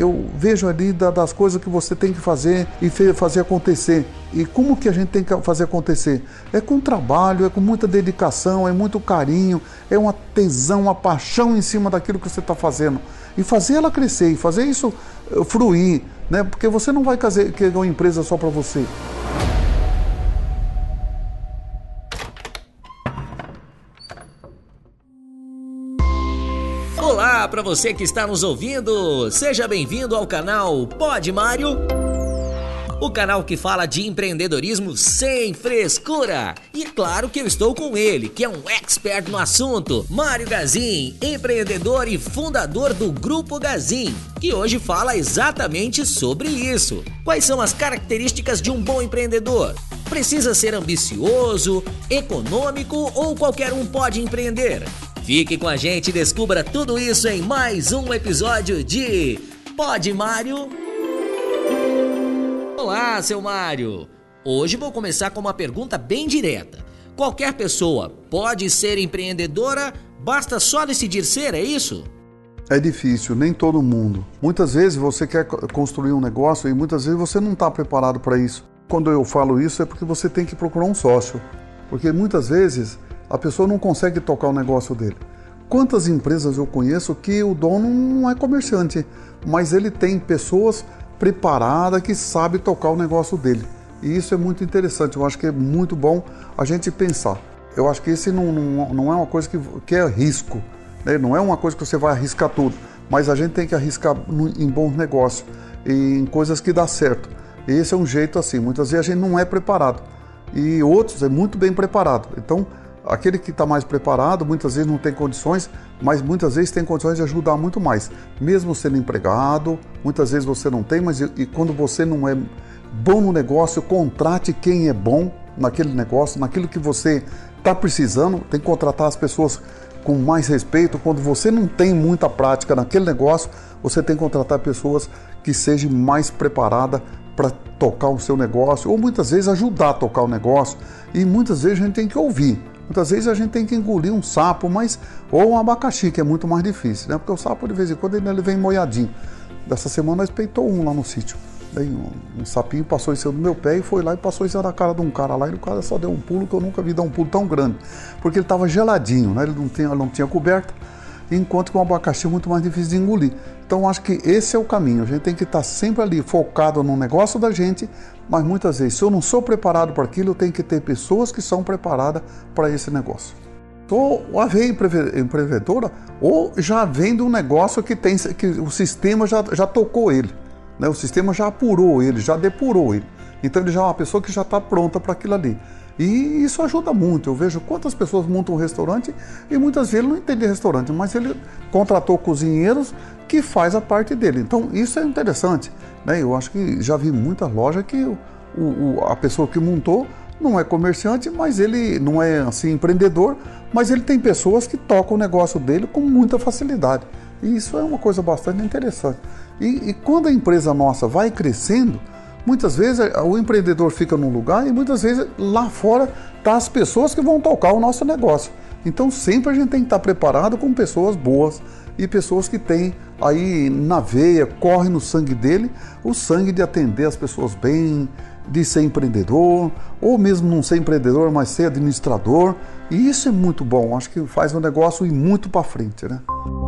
eu vejo ali das coisas que você tem que fazer e fazer acontecer. E como que a gente tem que fazer acontecer? É com trabalho, é com muita dedicação, é muito carinho, é uma tesão, uma paixão em cima daquilo que você está fazendo. E fazer ela crescer, e fazer isso fruir, né? Porque você não vai querer uma empresa só para você. Olá para você que está nos ouvindo, seja bem-vindo ao canal Pode Mário, o canal que fala de empreendedorismo sem frescura. E claro que eu estou com ele, que é um expert no assunto, Mário Gazin, empreendedor e fundador do Grupo Gazin, que hoje fala exatamente sobre isso. Quais são as características de um bom empreendedor? Precisa ser ambicioso, econômico ou qualquer um pode empreender? Fique com a gente e descubra tudo isso em mais um episódio de Pode Mário. Olá, seu Mário. Hoje vou começar com uma pergunta bem direta. Qualquer pessoa pode ser empreendedora? Basta só decidir ser, é isso? É difícil, nem todo mundo. Muitas vezes você quer construir um negócio e muitas vezes você não está preparado para isso. Quando eu falo isso é porque você tem que procurar um sócio. Porque muitas vezes a pessoa não consegue tocar o negócio dele. Quantas empresas eu conheço que o dono não é comerciante, mas ele tem pessoas preparadas que sabem tocar o negócio dele. E isso é muito interessante, eu acho que é muito bom a gente pensar. Eu acho que esse não é uma coisa que é risco, né? Não é uma coisa que você vai arriscar tudo, mas a gente tem que arriscar em bons negócios, em coisas que dá certo. E esse é um jeito assim, muitas vezes a gente não é preparado, e outros é muito bem preparado. Então, aquele que está mais preparado, muitas vezes não tem condições, mas muitas vezes tem condições de ajudar muito mais. Mesmo sendo empregado, muitas vezes você não tem, mas e quando você não é bom no negócio, contrate quem é bom naquele negócio, naquilo que você está precisando. Tem que contratar as pessoas com mais respeito. Quando você não tem muita prática naquele negócio, você tem que contratar pessoas que sejam mais preparadas para tocar o seu negócio, ou muitas vezes ajudar a tocar o negócio. E muitas vezes a gente tem que ouvir. Muitas vezes a gente tem que engolir um sapo, ou um abacaxi, que é muito mais difícil, né? Porque o sapo, de vez em quando, ele vem molhadinho. Dessa semana nós peitou um lá no sítio. Daí um sapinho passou em cima do meu pé e foi lá e passou em cima da cara de um cara lá. E o cara só deu um pulo que eu nunca vi dar um pulo tão grande. Porque ele estava geladinho, né? Ele não tinha coberta. Enquanto que um abacaxi é muito mais difícil de engolir. Então acho que esse é o caminho. A gente tem que estar sempre ali focado no negócio da gente, mas muitas vezes, se eu não sou preparado para aquilo, eu tenho que ter pessoas que são preparadas para esse negócio. Ou a veia empreendedora, ou já vem de um negócio que o sistema já tocou ele, né? O sistema já apurou ele, já depurou ele. Então ele já é uma pessoa que já está pronta para aquilo ali. E isso ajuda muito. Eu vejo quantas pessoas montam um restaurante e muitas vezes ele não entende de restaurante, mas ele contratou cozinheiros que faz a parte dele. Então isso é interessante, né? Eu acho que já vi muitas lojas que a pessoa que montou não é comerciante, mas ele não é assim empreendedor, mas ele tem pessoas que tocam o negócio dele com muita facilidade. E isso é uma coisa bastante interessante. E quando a empresa nossa vai crescendo, muitas vezes o empreendedor fica num lugar e muitas vezes lá fora tá as pessoas que vão tocar o nosso negócio. Então sempre a gente tem que estar preparado com pessoas boas e pessoas que têm aí na veia, corre no sangue dele, o sangue de atender as pessoas bem, de ser empreendedor, ou mesmo não ser empreendedor, mas ser administrador. E isso é muito bom, acho que faz o negócio ir muito para frente, né?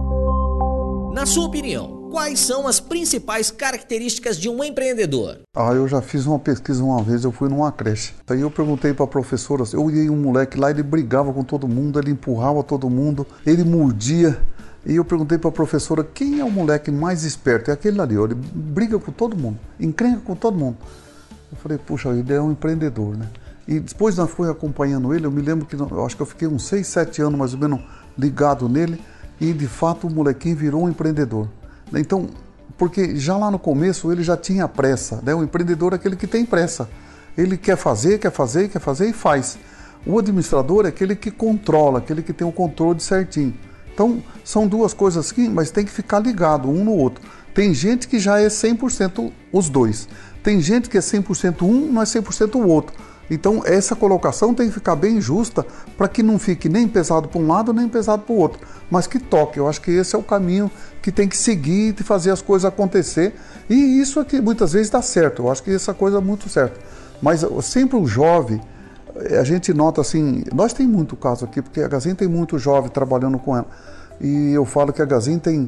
Na sua opinião, quais são as principais características de um empreendedor? Eu já fiz uma pesquisa uma vez, eu fui numa creche. Aí eu perguntei para a professora, eu olhei um moleque lá, ele brigava com todo mundo, ele empurrava todo mundo, ele mordia. E eu perguntei para a professora, quem é o moleque mais esperto? É aquele ali, ele briga com todo mundo, encrenca com todo mundo. Eu falei, puxa, ele é um empreendedor, né? E depois nós fomos acompanhando ele, eu me lembro que eu acho que eu fiquei uns 6, 7 anos mais ou menos ligado nele, e de fato o molequinho virou um empreendedor. Então, porque já lá no começo ele já tinha pressa, né? O empreendedor é aquele que tem pressa. Ele quer fazer e faz. O administrador é aquele que controla, aquele que tem o controle certinho. Então, são duas coisas aqui, mas tem que ficar ligado um no outro. Tem gente que já é 100% os dois. Tem gente que é 100% um, não é 100% o outro. Então essa colocação tem que ficar bem justa para que não fique nem pesado para um lado nem pesado para o outro, mas que toque. Eu acho que esse é o caminho que tem que seguir e fazer as coisas acontecer, e isso é que muitas vezes dá certo. Eu acho que essa coisa é muito certa. Mas sempre o jovem, a gente nota assim, nós tem muito caso aqui, porque a Gazin tem muito jovem trabalhando com ela, e eu falo que a Gazin tem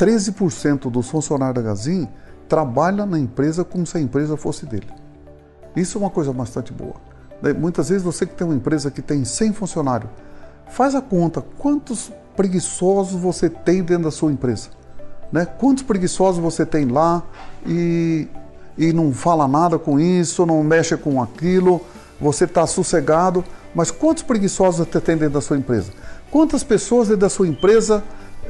13% dos funcionários da Gazin trabalha na empresa como se a empresa fosse dele. Isso é uma coisa bastante boa. Muitas vezes você que tem uma empresa que tem 100 funcionários, faz a conta, quantos preguiçosos você tem dentro da sua empresa, né? Quantos preguiçosos você tem lá e não fala nada com isso, não mexe com aquilo, você está sossegado, mas quantos preguiçosos você tem dentro da sua empresa? Quantas pessoas dentro da sua empresa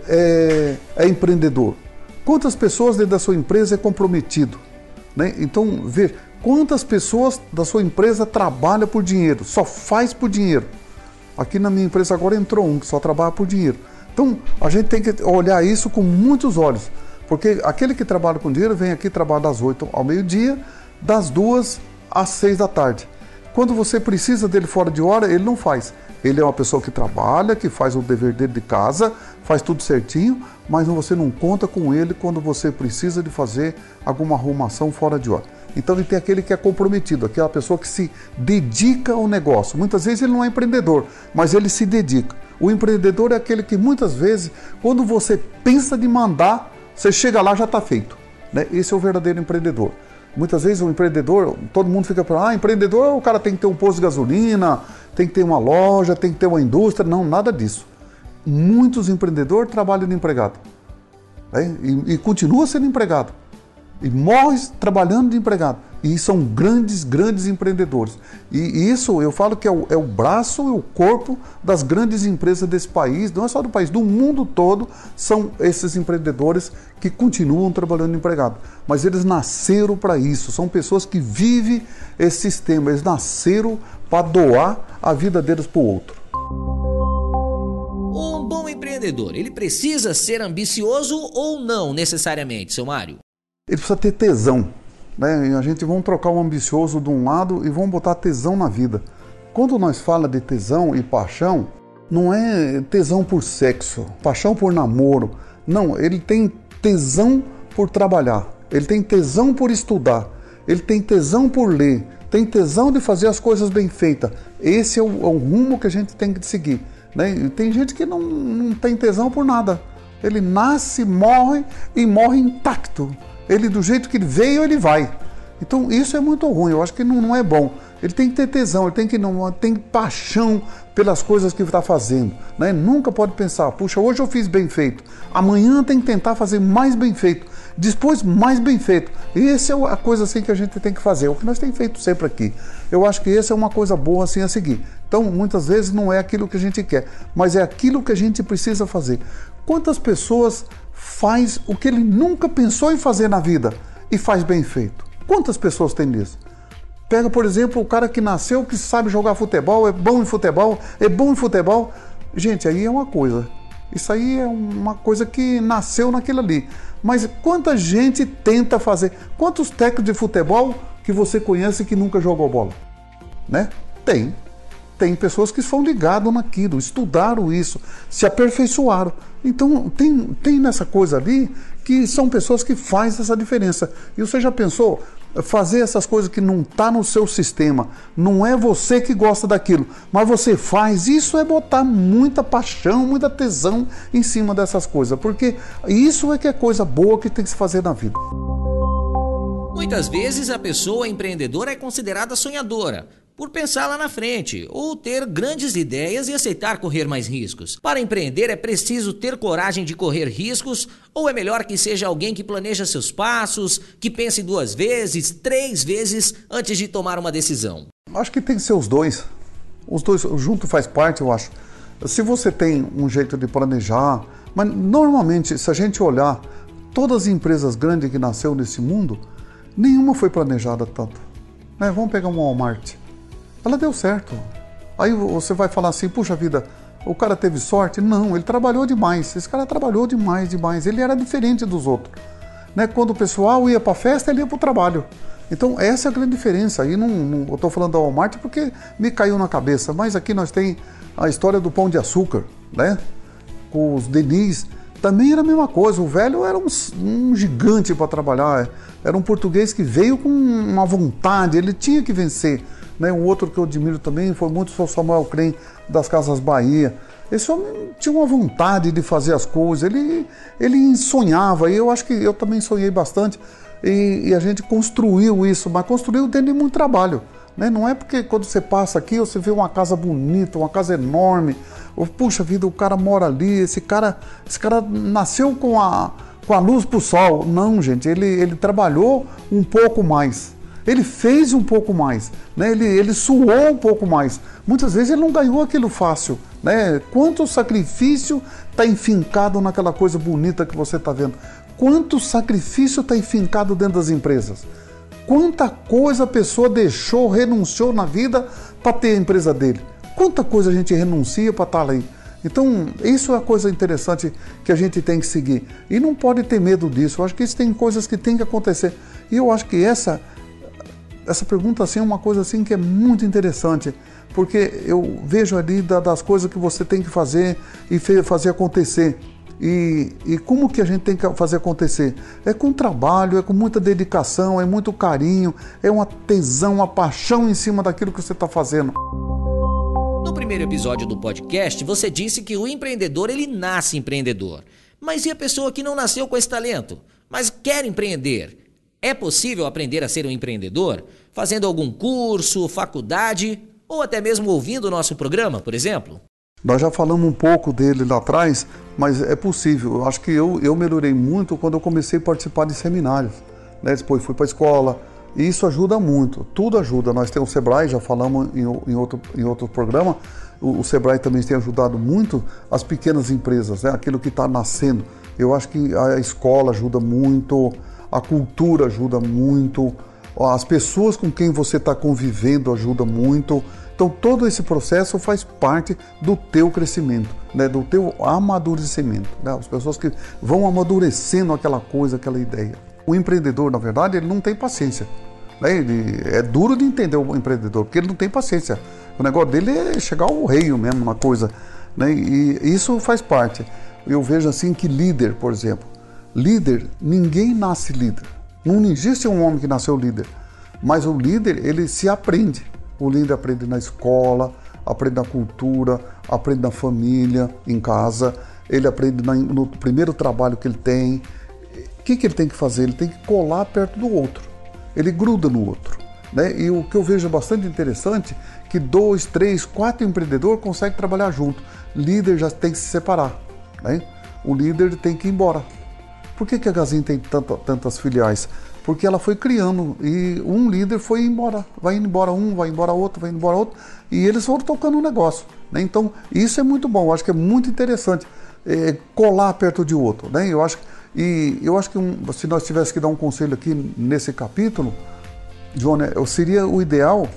é empreendedor? Quantas pessoas dentro da sua empresa é comprometido, né? Então, veja, quantas pessoas da sua empresa trabalham por dinheiro, só faz por dinheiro. Aqui na minha empresa agora entrou um que só trabalha por dinheiro. Então, a gente tem que olhar isso com muitos olhos, porque aquele que trabalha com dinheiro vem aqui trabalhar das 8 ao meio-dia, das 2 às 6 da tarde. Quando você precisa dele fora de hora, ele não faz. Ele é uma pessoa que trabalha, que faz o dever dele de casa, faz tudo certinho, mas você não conta com ele quando você precisa de fazer alguma arrumação fora de hora. Então ele tem aquele que é comprometido, aquela pessoa que se dedica ao negócio. Muitas vezes ele não é empreendedor, mas ele se dedica. O empreendedor é aquele que muitas vezes, quando você pensa de mandar, você chega lá já está feito, né? Esse é o verdadeiro empreendedor. Muitas vezes o empreendedor, todo mundo fica falando, empreendedor, o cara tem que ter um posto de gasolina, tem que ter uma loja, tem que ter uma indústria. Não, nada disso. Muitos empreendedores trabalham de empregado, né? E continua sendo empregado. E morre trabalhando de empregado. E são grandes empreendedores. E isso eu falo que é o braço e o corpo das grandes empresas desse país, não é só do país, do mundo todo, são esses empreendedores que continuam trabalhando de empregado. Mas eles nasceram para isso, são pessoas que vivem esse sistema, eles nasceram para doar a vida deles para o outro. Um bom empreendedor, ele precisa ser ambicioso ou não necessariamente, seu Mário? Ele precisa ter tesão, né? A gente vamos trocar o ambicioso de um lado e vamos botar tesão na vida. Quando nós falamos de tesão e paixão, não é tesão por sexo, paixão por namoro. Não, ele tem tesão por trabalhar, ele tem tesão por estudar, ele tem tesão por ler, tem tesão de fazer as coisas bem feitas. Esse é o rumo que a gente tem que seguir, né? E tem gente que não tem tesão por nada. Ele nasce, morre e morre intacto. Ele, do jeito que ele veio, ele vai. Então, isso é muito ruim, eu acho que não é bom. Ele tem que ter tesão, ele tem paixão pelas coisas que está fazendo, né? Nunca pode pensar, puxa, hoje eu fiz bem feito, amanhã tem que tentar fazer mais bem feito, depois mais bem feito. Essa é a coisa assim que a gente tem que fazer, o que nós temos feito sempre aqui. Eu acho que essa é uma coisa boa assim a seguir. Então, muitas vezes não é aquilo que a gente quer, mas é aquilo que a gente precisa fazer. Quantas pessoas faz o que ele nunca pensou em fazer na vida e faz bem feito? Quantas pessoas tem nisso? Pega, por exemplo, o cara que nasceu, que sabe jogar futebol, é bom em futebol, Gente, aí é uma coisa. Isso aí é uma coisa que nasceu naquilo ali. Mas quanta gente tenta fazer? Quantos técnicos de futebol que você conhece que nunca jogou bola? Né? Tem pessoas que são ligadas naquilo, estudaram isso, se aperfeiçoaram. Então, tem nessa coisa ali que são pessoas que fazem essa diferença. E você já pensou, fazer essas coisas que não está no seu sistema, não é você que gosta daquilo, mas você faz, isso é botar muita paixão, muita tesão em cima dessas coisas, porque isso é que é coisa boa que tem que se fazer na vida. Muitas vezes a pessoa empreendedora é considerada sonhadora, por pensar lá na frente, ou ter grandes ideias e aceitar correr mais riscos. Para empreender é preciso ter coragem de correr riscos, ou é melhor que seja alguém que planeja seus passos, que pense 2 vezes, 3 vezes antes de tomar uma decisão? Acho que tem que ser os dois junto faz parte, eu acho. Se você tem um jeito de planejar, mas normalmente, se a gente olhar, todas as empresas grandes que nasceram nesse mundo, nenhuma foi planejada tanto, né? Vamos pegar uma Walmart. Ela deu certo. Aí você vai falar assim, puxa vida, o cara teve sorte? Não, ele trabalhou demais. Esse cara trabalhou demais. Ele era diferente dos outros, né? Quando o pessoal ia para a festa, ele ia para o trabalho. Então essa é a grande diferença. Aí eu estou falando da Walmart porque me caiu na cabeça, mas aqui nós tem a história do Pão de Açúcar, né? Com os Denis, também era a mesma coisa. O velho era um gigante para trabalhar, era um português que veio com uma vontade, ele tinha que vencer, né? Um outro que eu admiro também foi muito o Samuel Crem, das Casas Bahia. Esse homem tinha uma vontade de fazer as coisas, ele sonhava, e eu acho que eu também sonhei bastante, e a gente construiu isso, mas construiu dentro de muito trabalho, né? Não é porque quando você passa aqui, você vê uma casa bonita, uma casa enorme, puxa vida, o cara mora ali, esse cara nasceu com a luz pro sol. Não, gente, ele trabalhou um pouco mais. Ele fez um pouco mais, né? Ele suou um pouco mais. Muitas vezes ele não ganhou aquilo fácil, né? Quanto sacrifício está enfincado naquela coisa bonita que você está vendo? Quanto sacrifício está enfincado dentro das empresas? Quanta coisa a pessoa deixou, renunciou na vida para ter a empresa dele? Quanta coisa a gente renuncia para estar ali? Então, isso é a coisa interessante que a gente tem que seguir. E não pode ter medo disso. Eu acho que isso tem coisas que tem que acontecer. E eu acho que essa pergunta assim, é uma coisa assim que é muito interessante, porque eu vejo ali das coisas que você tem que fazer e fazer acontecer. E como que a gente tem que fazer acontecer? É com trabalho, é com muita dedicação, é muito carinho, é uma tesão, uma paixão em cima daquilo que você está fazendo. No primeiro episódio do podcast, você disse que o empreendedor, ele nasce empreendedor. Mas e a pessoa que não nasceu com esse talento, mas quer empreender? É possível aprender a ser um empreendedor fazendo algum curso, faculdade ou até mesmo ouvindo o nosso programa, por exemplo? Nós já falamos um pouco dele lá atrás, mas é possível. Eu acho que eu melhorei muito quando eu comecei a participar de seminários, né? Depois fui para a escola, e isso ajuda muito, tudo ajuda. Nós temos o Sebrae, já falamos em outro programa, o Sebrae também tem ajudado muito as pequenas empresas, né? Aquilo que está nascendo. Eu acho que a escola ajuda muito, a cultura ajuda muito, as pessoas com quem você está convivendo ajudam muito. Então todo esse processo faz parte do teu crescimento, né? Do teu amadurecimento, né? As pessoas que vão amadurecendo aquela coisa, aquela ideia. O empreendedor, na verdade, ele não tem paciência, né? É duro de entender o empreendedor, porque ele não tem paciência. O negócio dele é chegar ao rei mesmo na coisa, né? E isso faz parte. Eu vejo assim que líder, por exemplo, líder, ninguém nasce líder. Não existe um homem que nasceu líder, mas o líder, ele se aprende. O líder aprende na escola, aprende na cultura, aprende na família, em casa, ele aprende no primeiro trabalho que ele tem. O que ele tem que fazer? Ele tem que colar perto do outro, ele gruda no outro, né? E o que eu vejo bastante interessante é que 2, 3, 4 empreendedores conseguem trabalhar junto. Líder já tem que se separar, né? O líder tem que ir embora. Por que a Gazin tem tantas filiais? Porque ela foi criando e um líder foi embora, vai indo embora um, vai embora outro, vai indo embora outro, e eles foram tocando o negócio, né? Então isso é muito bom, eu acho que é muito interessante colar perto de outro, né? Eu acho que se nós tivéssemos que dar um conselho aqui nesse capítulo, Johnny, seria o ideal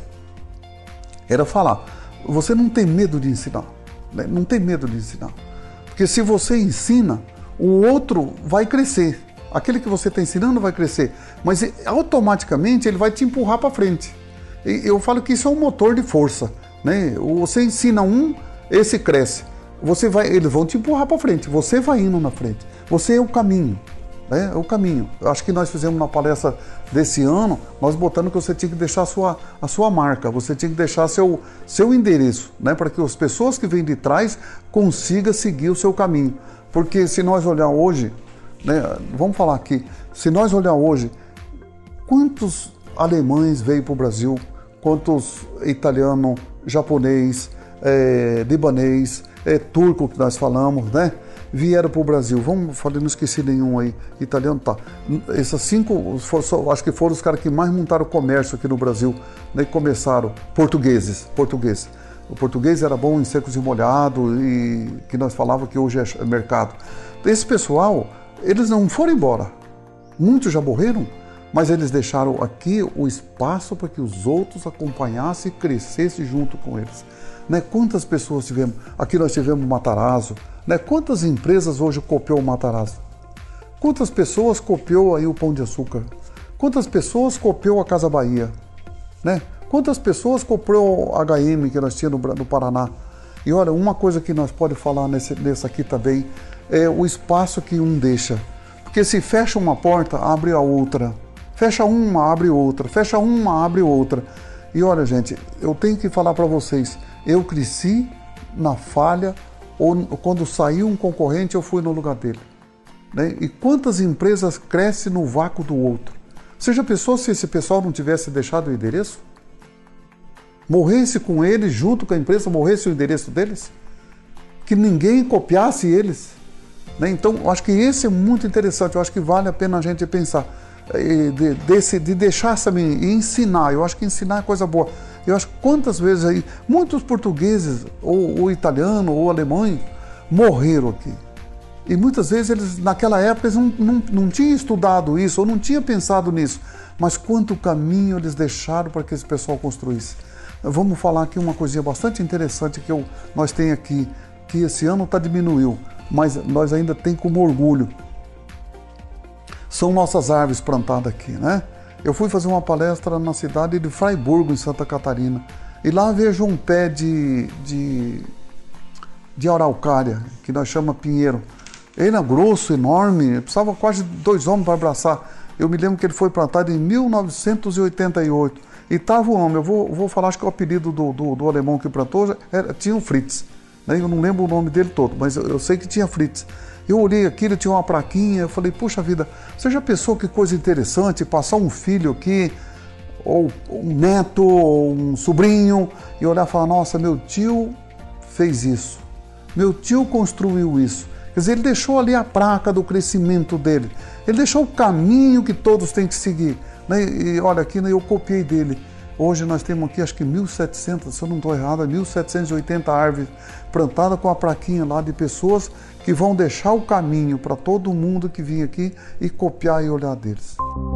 era falar, você não tem medo de ensinar, né? Não tem medo de ensinar, porque se você ensina, o outro vai crescer. Aquele que você está ensinando vai crescer, mas automaticamente ele vai te empurrar para frente. E eu falo que isso é um motor de força, né? Você ensina um, esse cresce. Eles vão te empurrar para frente, você vai indo na frente. Você é o caminho, né? É o caminho. Eu acho que nós fizemos na palestra desse ano, nós botando que você tinha que deixar a sua marca, você tinha que deixar seu endereço, né? Para que as pessoas que vêm de trás consigam seguir o seu caminho. Porque se nós olhar hoje, né, vamos falar aqui, se nós olhar hoje, quantos alemães veio para o Brasil, quantos italiano, japonês, libanês, turco que nós falamos, né, vieram para o Brasil. Não esqueci nenhum aí, italiano, tá. Essas 5, acho que foram os caras que mais montaram comércio aqui no Brasil, né, começaram, portugueses. O português era bom em secos e molhados, e que nós falávamos que hoje é mercado. Esse pessoal, eles não foram embora. Muitos já morreram, mas eles deixaram aqui o espaço para que os outros acompanhassem e crescessem junto com eles. Né? Quantas pessoas tivemos? Aqui nós tivemos o Matarazzo. Né? Quantas empresas hoje copiou o Matarazzo? Quantas pessoas copiou aí o Pão de Açúcar? Quantas pessoas copiou a Casa Bahia, né? Quantas pessoas copiou a HM que nós tínhamos no Paraná? E olha, uma coisa que nós podemos falar nesse aqui também é o espaço que um deixa. Porque se fecha uma porta, abre a outra. Fecha uma, abre outra. Fecha uma, abre outra. E olha, gente, eu tenho que falar para vocês, eu cresci na falha, ou quando saiu um concorrente, eu fui no lugar dele. Né? E quantas empresas crescem no vácuo do outro? Você já pensou se esse pessoal não tivesse deixado o endereço? Morresse com eles, junto com a empresa, morresse o endereço deles? Que ninguém copiasse eles? Né? Então, eu acho que esse é muito interessante, eu acho que vale a pena a gente pensar, de deixar e ensinar. Eu acho que ensinar é coisa boa. Eu acho que quantas vezes aí, muitos portugueses, ou italianos, ou alemães, morreram aqui. E muitas vezes eles, naquela época, eles não tinham estudado isso, ou não tinham pensado nisso. Mas quanto caminho eles deixaram para que esse pessoal construísse. Vamos falar aqui uma coisinha bastante interessante que nós temos aqui, que esse ano diminuiu, mas nós ainda tem como orgulho. São nossas árvores plantadas aqui, né? Eu fui fazer uma palestra na cidade de Fraiburgo, em Santa Catarina, e lá vejo um pé de araucária, que nós chamamos pinheiro. Ele é grosso, enorme, precisava quase 2 homens para abraçar. Eu me lembro que ele foi plantado em 1988. E estava o nome, eu vou falar, acho que o apelido do alemão que plantou tinha o Fritz. Né? Eu não lembro o nome dele todo, mas eu sei que tinha Fritz. Eu olhei aquilo, tinha uma plaquinha, eu falei, puxa vida, você já pensou que coisa interessante, passar um filho aqui, ou um neto, ou um sobrinho, e olhar e falar, nossa, meu tio fez isso, meu tio construiu isso. Quer dizer, ele deixou ali a placa do crescimento dele, ele deixou o caminho que todos têm que seguir. E olha, aqui eu copiei dele. Hoje nós temos aqui, acho que 1.700, se eu não estou errado, 1.780 árvores plantadas com a plaquinha lá de pessoas que vão deixar o caminho para todo mundo que vir aqui e copiar e olhar deles.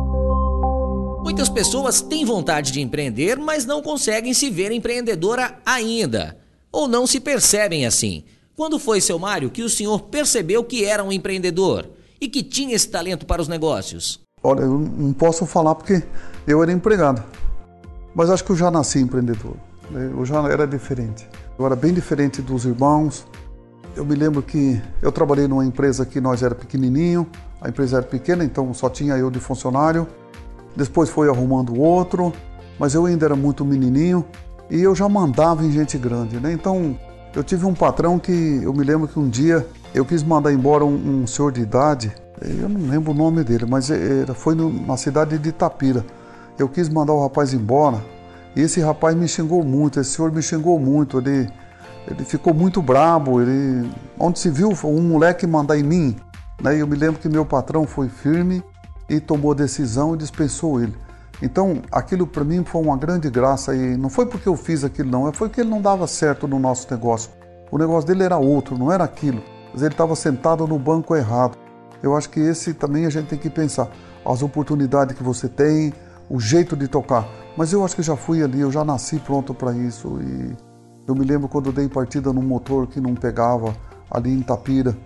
Muitas pessoas têm vontade de empreender, mas não conseguem se ver empreendedora ainda, ou não se percebem assim. Quando foi, seu Mário, que o senhor percebeu que era um empreendedor e que tinha esse talento para os negócios? Olha, eu não posso falar porque eu era empregado, mas acho que eu já nasci empreendedor, eu já era diferente. Eu era bem diferente dos irmãos. Eu me lembro que eu trabalhei numa empresa que nós era pequenininho, a empresa era pequena, então só tinha eu de funcionário. Depois foi arrumando outro, mas eu ainda era muito menininho e eu já mandava em gente grande, né? Então eu tive um patrão que eu me lembro que um dia eu quis mandar embora um senhor de idade. Eu não lembro o nome dele, mas foi na cidade de Itapira. Eu quis mandar o rapaz embora e esse rapaz me xingou muito, esse senhor me xingou muito, ele ficou muito brabo, onde se viu um moleque mandar em mim, né? Eu me lembro que meu patrão foi firme e tomou a decisão e dispensou ele. Então aquilo para mim foi uma grande graça e não foi porque eu fiz aquilo não, foi porque ele não dava certo no nosso negócio. O negócio dele era outro, não era aquilo, mas ele estava sentado no banco errado. Eu acho que esse também a gente tem que pensar, as oportunidades que você tem, o jeito de tocar. Mas eu acho que já fui ali, eu já nasci pronto para isso. E eu me lembro quando eu dei partida num motor que não pegava ali em Itapira.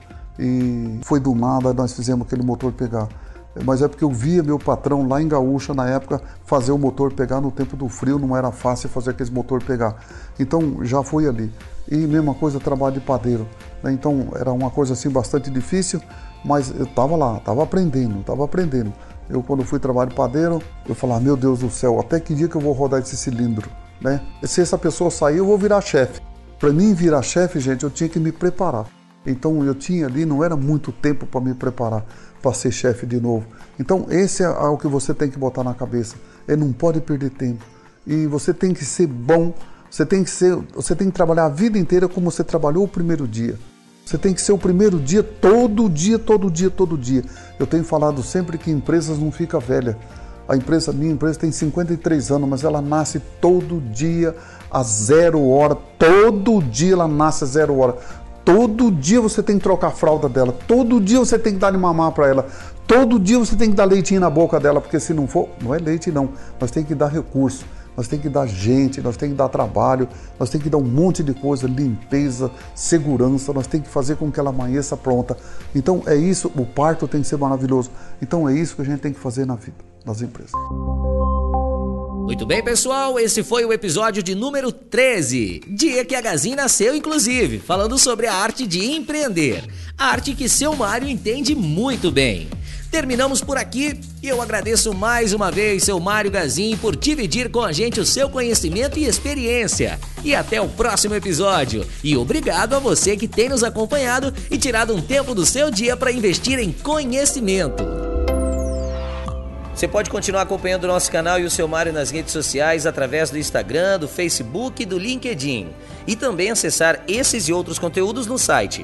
E foi do nada, nós fizemos aquele motor pegar. Mas é porque eu via meu patrão lá em Gaúcha, na época, fazer o motor pegar no tempo do frio, não era fácil fazer aquele motor pegar. Então já fui ali. E mesma coisa, trabalho de padeiro. Então era uma coisa assim bastante difícil, mas eu estava lá, estava aprendendo. Eu quando fui trabalhar de padeiro, eu falava, meu Deus do céu, até que dia que eu vou rodar esse cilindro, né? Se essa pessoa sair, eu vou virar chefe. Para mim virar chefe, gente, eu tinha que me preparar. Então eu tinha ali, não era muito tempo para me preparar para ser chefe de novo. Então esse é o que você tem que botar na cabeça. Não pode perder tempo. E você tem que ser bom, você tem que trabalhar a vida inteira como você trabalhou o primeiro dia. Você tem que ser o primeiro dia, todo dia. Eu tenho falado sempre que empresas não ficam velhas. Minha empresa tem 53 anos, mas ela nasce todo dia a 0 hora. Todo dia ela nasce a 0 hora. Todo dia você tem que trocar a fralda dela. Todo dia você tem que dar de mamar para ela. Todo dia você tem que dar leitinho na boca dela, porque se não for, não é leite não. Nós temos que dar recurso. Nós temos que dar gente, nós temos que dar trabalho, nós temos que dar um monte de coisa, limpeza, segurança, nós temos que fazer com que ela amanheça pronta. Então é isso, o parto tem que ser maravilhoso. Então é isso que a gente tem que fazer na vida. nas empresas. Muito bem, pessoal, esse foi o episódio de número 13, dia que a Gazin nasceu, inclusive, falando sobre a arte de empreender, a arte que seu Mário entende muito bem. Terminamos por aqui e eu agradeço mais uma vez seu Mário Gazin por dividir com a gente o seu conhecimento e experiência. E até o próximo episódio. E obrigado a você que tem nos acompanhado e tirado um tempo do seu dia para investir em conhecimento. Você pode continuar acompanhando o nosso canal e o seu Mário nas redes sociais através do Instagram, do Facebook e do LinkedIn. E também acessar esses e outros conteúdos no site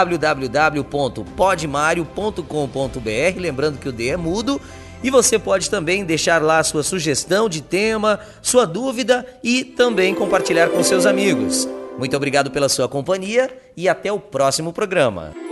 www.podmario.com.br, lembrando que o D é mudo. E você pode também deixar lá a sua sugestão de tema, sua dúvida e também compartilhar com seus amigos. Muito obrigado pela sua companhia e até o próximo programa.